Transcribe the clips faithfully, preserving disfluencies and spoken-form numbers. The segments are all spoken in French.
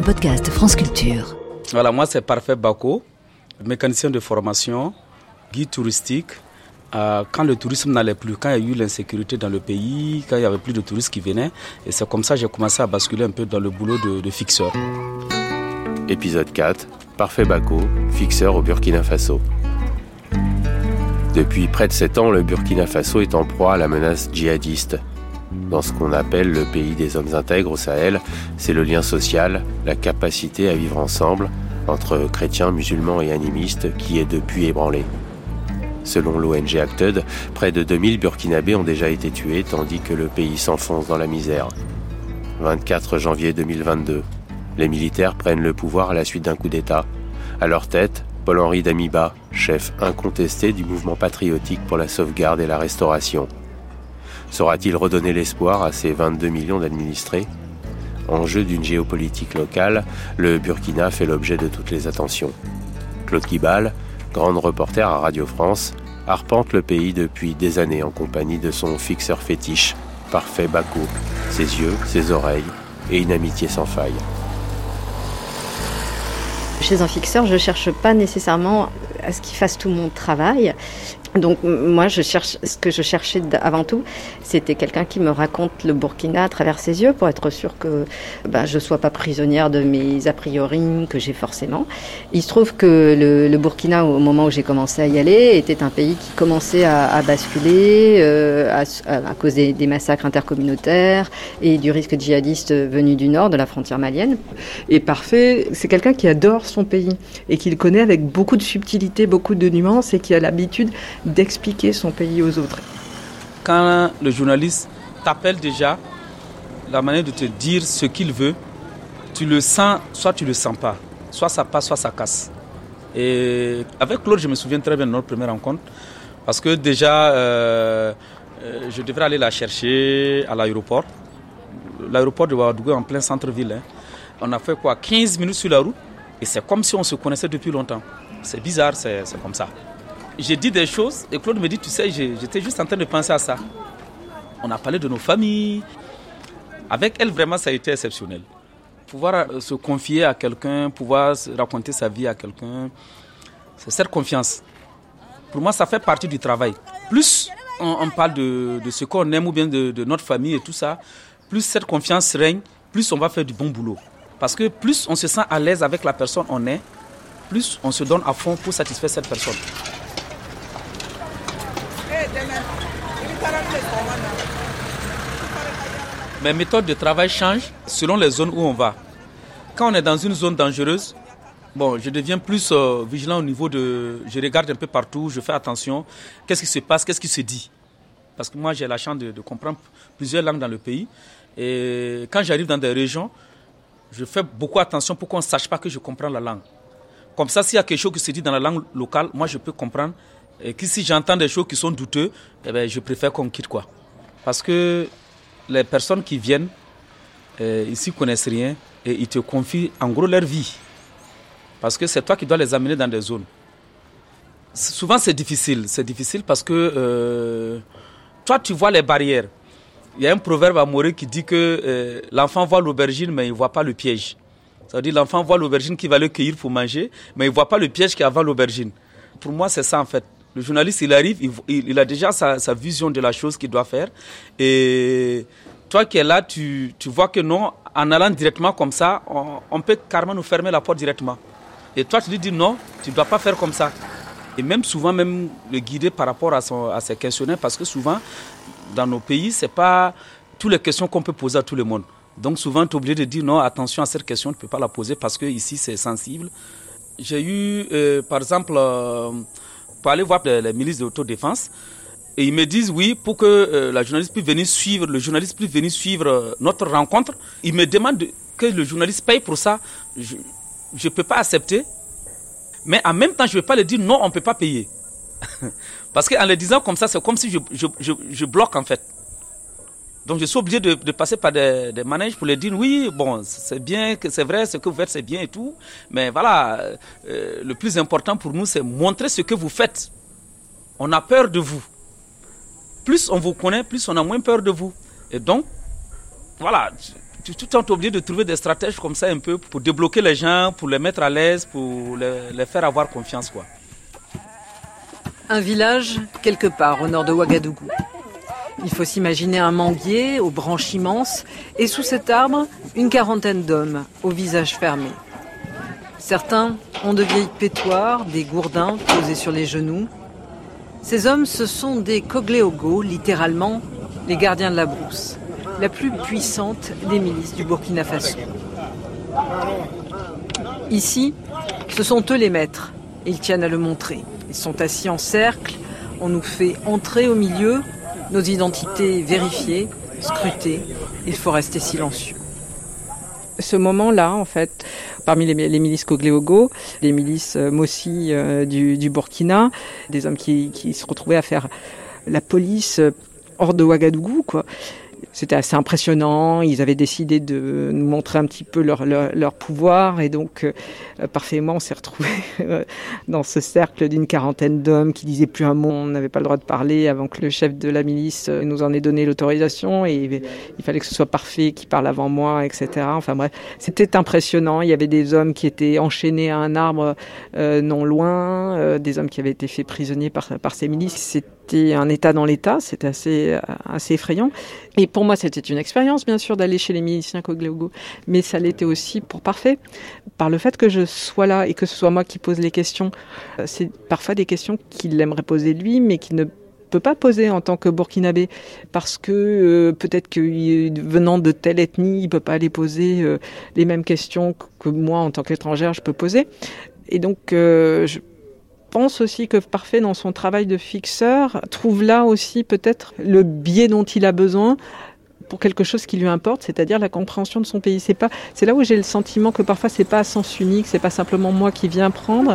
podcast France Culture. Voilà, moi c'est Parfait Bako, mécanicien de formation, guide touristique. Euh, quand le tourisme n'allait plus, quand il y a eu l'insécurité dans le pays, quand il n'y avait plus de touristes qui venaient, et c'est comme ça que j'ai commencé à basculer un peu dans le boulot de, de fixeur. Épisode quatre, Parfait Bako, fixeur au Burkina Faso. Depuis près de sept ans, le Burkina Faso est en proie à la menace djihadiste. Dans ce qu'on appelle le pays des hommes intègres au Sahel, c'est le lien social, la capacité à vivre ensemble entre chrétiens, musulmans et animistes qui est depuis ébranlé. Selon l'O N G Acted, près de deux mille Burkinabés ont déjà été tués tandis que le pays s'enfonce dans la misère. vingt-quatre janvier deux mille vingt-deux, les militaires prennent le pouvoir à la suite d'un coup d'État. À leur tête, Paul-Henri Damiba, chef incontesté du mouvement patriotique pour la sauvegarde et la restauration. Saura-t-il redonner l'espoir à ses vingt-deux millions d'administrés ? Enjeu d'une géopolitique locale, le Burkina fait l'objet de toutes les attentions. Claude Guibal, grande reporter à Radio France, arpente le pays depuis des années en compagnie de son fixeur fétiche, Parfait Bako, ses yeux, ses oreilles et une amitié sans faille. Chez un fixeur, je ne cherche pas nécessairement à ce qu'il fasse tout mon travail. Donc moi, je cherche, ce que je cherchais avant tout, c'était quelqu'un qui me raconte le Burkina à travers ses yeux pour être sûr que ben, je ne sois pas prisonnière de mes a priori que j'ai forcément. Il se trouve que le, le Burkina, au moment où j'ai commencé à y aller, était un pays qui commençait à, à basculer euh, à, à cause des, des massacres intercommunautaires et du risque djihadiste venu du nord, de la frontière malienne. Et Parfait, c'est quelqu'un qui adore son pays et qui le connaît avec beaucoup de subtilité, beaucoup de nuances et qui a l'habitude d'expliquer son pays aux autres. Quand le journaliste t'appelle déjà, la manière de te dire ce qu'il veut, tu le sens, soit tu le sens pas, soit ça passe, soit ça casse. Et avec Claude, je me souviens très bien de notre première rencontre, parce que déjà, euh, euh, je devrais aller la chercher à l'aéroport, l'aéroport de Ouagadougou en plein centre-ville. Hein. On a fait quoi, quinze minutes sur la route, et c'est comme si on se connaissait depuis longtemps. C'est bizarre, c'est, c'est comme ça. J'ai dit des choses et Claude me dit, tu sais, j'étais juste en train de penser à ça. On a parlé de nos familles. Avec elle, vraiment, ça a été exceptionnel. Pouvoir se confier à quelqu'un, pouvoir raconter sa vie à quelqu'un, c'est cette confiance. Pour moi, ça fait partie du travail. Plus on, on parle de, de ce qu'on aime ou bien de, de notre famille et tout ça, plus cette confiance règne, plus on va faire du bon boulot. Parce que plus on se sent à l'aise avec la personne qu'on est, plus on se donne à fond pour satisfaire cette personne. Mes méthodes de travail changent selon les zones où on va. Quand on est dans une zone dangereuse, bon, je deviens plus euh, vigilant au niveau de... Je regarde un peu partout, je fais attention. Qu'est-ce qui se passe, qu'est-ce qui se dit ? Parce que moi, j'ai la chance de, de comprendre plusieurs langues dans le pays. Et quand j'arrive dans des régions, je fais beaucoup attention pour qu'on ne sache pas que je comprends la langue. Comme ça, s'il y a quelque chose qui se dit dans la langue locale, moi, je peux comprendre. Et que si j'entends des choses qui sont douteuses, eh bien, je préfère qu'on quitte, quoi. Parce que les personnes qui viennent euh, ici ne connaissent rien et ils te confient en gros leur vie. Parce que c'est toi qui dois les amener dans des zones. Souvent c'est difficile, c'est difficile parce que euh, toi tu vois les barrières. Il y a un proverbe à Morée qui dit que euh, l'enfant voit l'aubergine mais il ne voit pas le piège. Ça veut dire l'enfant voit l'aubergine qui va le cueillir pour manger mais il ne voit pas le piège qui est avant l'aubergine. Pour moi c'est ça en fait. Le journaliste, il arrive, il, il, il a déjà sa, sa vision de la chose qu'il doit faire. Et toi qui es là, tu, tu vois que non, en allant directement comme ça, on, on peut carrément nous fermer la porte directement. Et toi, tu lui dis non, tu ne dois pas faire comme ça. Et même souvent, même le guider par rapport à, son, à ses questionnaires, parce que souvent, dans nos pays, ce n'est pas toutes les questions qu'on peut poser à tout le monde. Donc souvent, tu es obligé de dire non, attention à cette question, tu ne peux pas la poser parce qu'ici, c'est sensible. J'ai eu, euh, par exemple... Euh, pour aller voir les, les milices d'autodéfense et ils me disent oui pour que euh, la journaliste puisse venir suivre le journaliste puisse venir suivre euh, notre rencontre. Ils me demandent de, que le journaliste paye pour ça. Je ne peux pas accepter, mais en même temps je ne vais pas leur dire non, on ne peut pas payer parce qu'en le disant comme ça c'est comme si je, je, je, je bloque en fait. Donc je suis obligé de, de passer par des, des manèges pour leur dire oui, bon, c'est bien, que c'est vrai, ce que vous faites, c'est bien et tout. Mais voilà, euh, le plus important pour nous, c'est montrer ce que vous faites. On a peur de vous. Plus on vous connaît, plus on a moins peur de vous. Et donc, voilà, Tu, tout le temps, tu es obligé de trouver des stratèges comme ça un peu pour débloquer les gens, pour les mettre à l'aise, pour les, les faire avoir confiance, quoi. Un village, quelque part au nord de Ouagadougou. Il faut s'imaginer un manguier aux branches immenses et sous cet arbre, une quarantaine d'hommes au visage fermé. Certains ont de vieilles pétoires, des gourdins posés sur les genoux. Ces hommes, ce sont des Kogléogos, littéralement les gardiens de la brousse, la plus puissante des milices du Burkina Faso. Ici, ce sont eux les maîtres, et ils tiennent à le montrer. Ils sont assis en cercle, on nous fait entrer au milieu, nos identités vérifiées, scrutées, il faut rester silencieux. Ce moment-là, en fait, parmi les, les milices Kogléogos, les milices euh, Mossi euh, du, du Burkina, des hommes qui, qui se retrouvaient à faire la police euh, hors de Ouagadougou, quoi. C'était assez impressionnant. Ils avaient décidé de nous montrer un petit peu leur, leur, leur pouvoir. Et donc, euh, parfaitement, on s'est retrouvés euh, dans ce cercle d'une quarantaine d'hommes qui disaient plus un mot. On n'avait pas le droit de parler avant que le chef de la milice nous en ait donné l'autorisation. Et il fallait que ce soit parfait, qu'il parle avant moi, et cetera. Enfin bref, c'était impressionnant. Il y avait des hommes qui étaient enchaînés à un arbre euh, non loin, euh, des hommes qui avaient été faits prisonniers par, par ces milices. C'était un état dans l'état. C'était assez, assez effrayant. Et pour moi, c'était une expérience, bien sûr, d'aller chez les miliciens Kogléogos, mais ça l'était aussi pour Parfait. Par le fait que je sois là et que ce soit moi qui pose les questions, c'est parfois des questions qu'il aimerait poser lui, mais qu'il ne peut pas poser en tant que Burkinabé, parce que euh, peut-être que venant de telle ethnie, il peut pas aller poser euh, les mêmes questions que moi, en tant qu'étrangère, je peux poser. Et donc, euh, je pense aussi que Parfait, dans son travail de fixeur, trouve là aussi peut-être le biais dont il a besoin pour quelque chose qui lui importe, c'est-à-dire la compréhension de son pays. C'est pas, c'est là où j'ai le sentiment que parfois c'est pas à sens unique, c'est pas simplement moi qui viens prendre.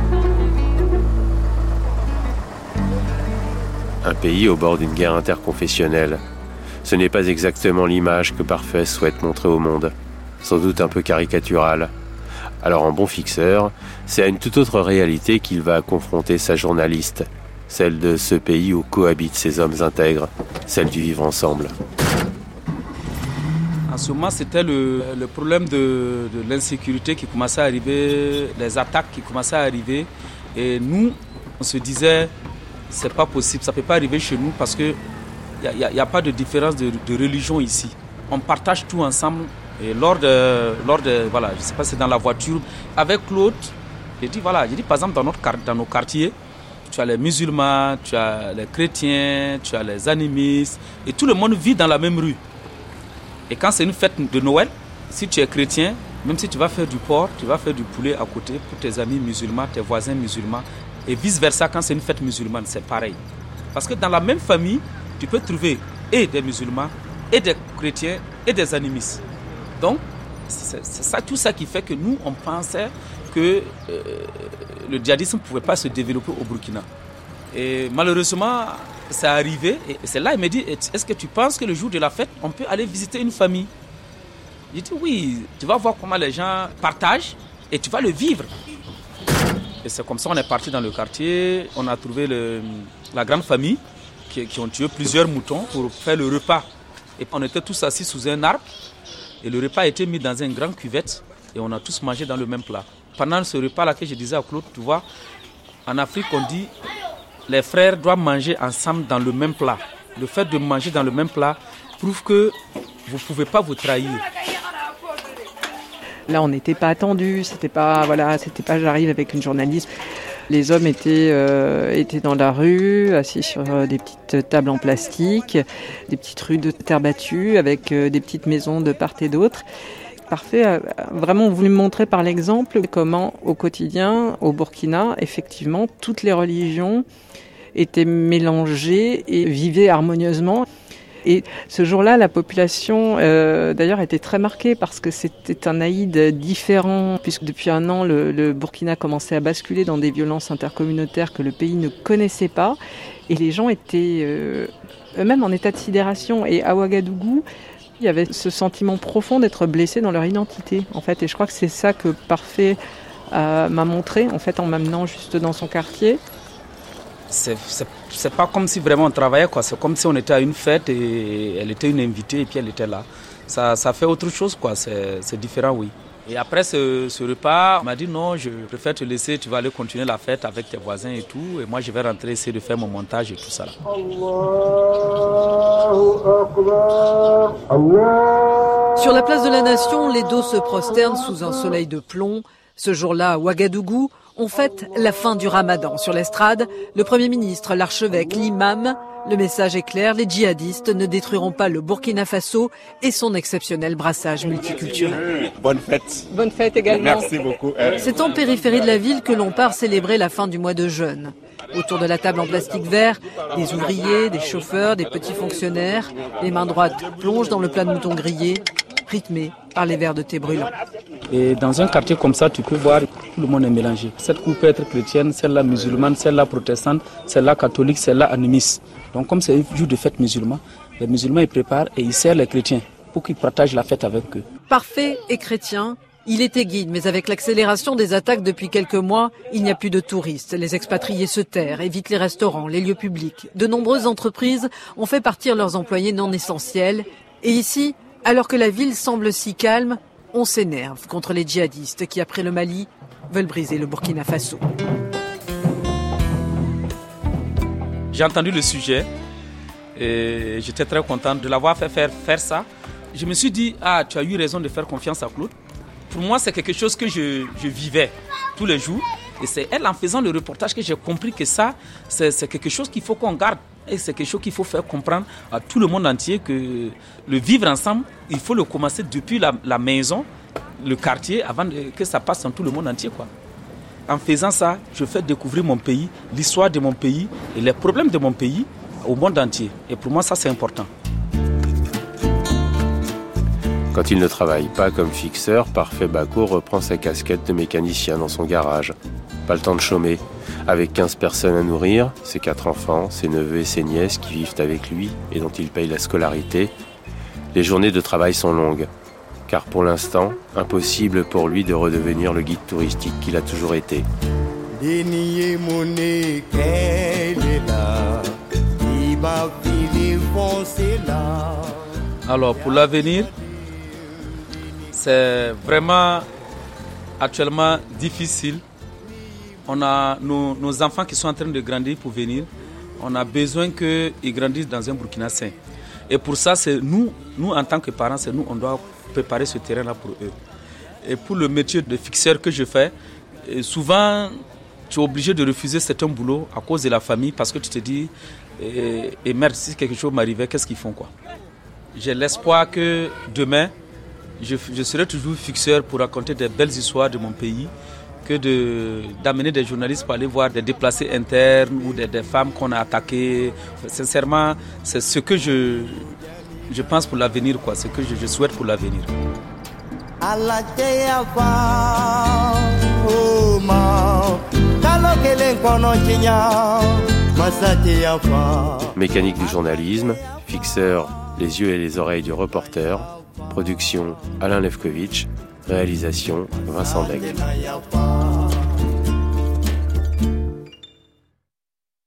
Un pays au bord d'une guerre interconfessionnelle. Ce n'est pas exactement l'image que Parfait souhaite montrer au monde. Sans doute un peu caricaturale. Alors en bon fixeur, c'est à une toute autre réalité qu'il va confronter sa journaliste, celle de ce pays où cohabitent ces hommes intègres, celle du vivre ensemble. En ce moment, c'était le, le problème de, de l'insécurité qui commençait à arriver, les attaques qui commençaient à arriver. Et nous, on se disait, c'est pas possible, ça peut pas arriver chez nous parce qu'il n'y a, a, a pas de différence de, de religion ici. On partage tout ensemble. Et lors de, lors de, voilà, je sais pas, c'est dans la voiture, avec Claude, j'ai dit, voilà, j'ai dit, par exemple, dans, notre, dans nos quartiers, tu as les musulmans, tu as les chrétiens, tu as les animistes, et tout le monde vit dans la même rue. Et quand c'est une fête de Noël, si tu es chrétien, même si tu vas faire du porc, tu vas faire du poulet à côté pour tes amis musulmans, tes voisins musulmans, et vice-versa, quand c'est une fête musulmane, c'est pareil. Parce que dans la même famille, tu peux trouver et des musulmans, et des chrétiens, et des animistes. Donc, c'est, c'est ça, tout ça qui fait que nous, on pensait que euh, le djihadisme ne pouvait pas se développer au Burkina. Et malheureusement, c'est arrivé. Et c'est là, il me dit, est-ce que tu penses que le jour de la fête, on peut aller visiter une famille? J'ai dit, oui, tu vas voir comment les gens partagent et tu vas le vivre. Et c'est comme ça qu'on est parti dans le quartier. On a trouvé le, la grande famille qui, qui ont tué plusieurs moutons pour faire le repas. Et on était tous assis sous un arbre. Et le repas a été mis dans une grande cuvette et on a tous mangé dans le même plat. Pendant ce repas-là que je disais à Claude, tu vois, en Afrique, on dit les frères doivent manger ensemble dans le même plat. Le fait de manger dans le même plat prouve que vous ne pouvez pas vous trahir. Là, on n'était pas attendus, c'était pas, voilà, c'était pas j'arrive avec une journaliste. Les hommes étaient, euh, étaient dans la rue, assis sur euh, des petites tables en plastique, des petites rues de terre battue avec euh, des petites maisons de part et d'autre. Parfait, a vraiment voulu me montrer par l'exemple comment au quotidien, au Burkina, effectivement, toutes les religions étaient mélangées et vivaient harmonieusement. Et ce jour-là, la population, euh, d'ailleurs, était très marquée parce que c'était un Aïd différent, puisque depuis un an, le, le Burkina commençait à basculer dans des violences intercommunautaires que le pays ne connaissait pas. Et les gens étaient euh, eux-mêmes en état de sidération. Et à Ouagadougou, il y avait ce sentiment profond d'être blessés dans leur identité, en fait. Et je crois que c'est ça que Parfait euh, m'a montré, en fait, en m'amenant juste dans son quartier. C'est, c'est, c'est pas comme si vraiment on travaillait, quoi. C'est comme si on était à une fête et elle était une invitée et puis elle était là. ça, ça fait autre chose, quoi. C'est, c'est différent, oui. Et après ce, ce repas, on m'a dit non, je préfère te laisser, tu vas aller continuer la fête avec tes voisins et tout. Et moi, je vais rentrer essayer de faire mon montage et tout ça là. Sur la place de la Nation, les dos se prosternent sous un soleil de plomb. Ce jour-là, à Ouagadougou, on fête la fin du ramadan. Sur l'estrade, le Premier ministre, l'archevêque, l'imam. Le message est clair, les djihadistes ne détruiront pas le Burkina Faso et son exceptionnel brassage multiculturel. Bonne fête. Bonne fête également. Merci beaucoup. C'est en périphérie de la ville que l'on part célébrer la fin du mois de jeûne. Autour de la table en plastique vert, des ouvriers, des chauffeurs, des petits fonctionnaires. Les mains droites plongent dans le plat de mouton grillé, rythmé par les verres de thé brûlant. Et dans un quartier comme ça, tu peux voir tout le monde est mélangé. Cette coupe peut être chrétienne, celle-là musulmane, celle-là protestante, celle-là catholique, celle-là animiste. Donc comme c'est un jour de fête musulman, les musulmans ils préparent et ils servent les chrétiens pour qu'ils partagent la fête avec eux. Parfait et chrétien, il était guide, mais avec l'accélération des attaques depuis quelques mois, il n'y a plus de touristes. Les expatriés se terrent, évitent les restaurants, les lieux publics. De nombreuses entreprises ont fait partir leurs employés non essentiels. Et ici, alors que la ville semble si calme, on s'énerve contre les djihadistes qui, après le Mali, veulent briser le Burkina Faso. J'ai entendu le sujet et j'étais très content de l'avoir fait faire, faire ça. Je me suis dit, ah, tu as eu raison de faire confiance à Claude. Pour moi, c'est quelque chose que je, je vivais tous les jours. Et c'est elle, en faisant le reportage, que j'ai compris que ça, c'est, c'est quelque chose qu'il faut qu'on garde. Et c'est quelque chose qu'il faut faire comprendre à tout le monde entier que le vivre ensemble, il faut le commencer depuis la, la maison, le quartier, avant de, que ça passe dans tout le monde entier, quoi. En faisant ça, je fais découvrir mon pays, l'histoire de mon pays et les problèmes de mon pays au monde entier. Et pour moi, ça, c'est important. Quand il ne travaille pas comme fixeur, Parfait Bako reprend sa casquette de mécanicien dans son garage. Pas le temps de chômer. Avec quinze personnes à nourrir, ses quatre enfants, ses neveux et ses nièces qui vivent avec lui et dont il paye la scolarité, les journées de travail sont longues. Car pour l'instant, impossible pour lui de redevenir le guide touristique qu'il a toujours été. Alors pour l'avenir, c'est vraiment actuellement difficile. On a nos, nos enfants qui sont en train de grandir pour venir. On a besoin qu'ils grandissent dans un Burkina sain. Et pour ça, c'est nous, nous en tant que parents, c'est nous, on doit préparer ce terrain-là pour eux. Et pour le métier de fixeur que je fais, souvent, tu es obligé de refuser certains boulots à cause de la famille parce que tu te dis, et, et merde, si quelque chose m'arrivait, qu'est-ce qu'ils font, quoi? J'ai l'espoir que demain, je, je serai toujours fixeur pour raconter des belles histoires de mon pays, que de, d'amener des journalistes pour aller voir des déplacés internes ou des, des femmes qu'on a attaquées. Sincèrement, c'est ce que je, je pense pour l'avenir, quoi, ce que je, je souhaite pour l'avenir. Mécanique du journalisme, fixeur, les yeux et les oreilles du reporter, production Alain Lefkovitch, réalisation Vincent Beck.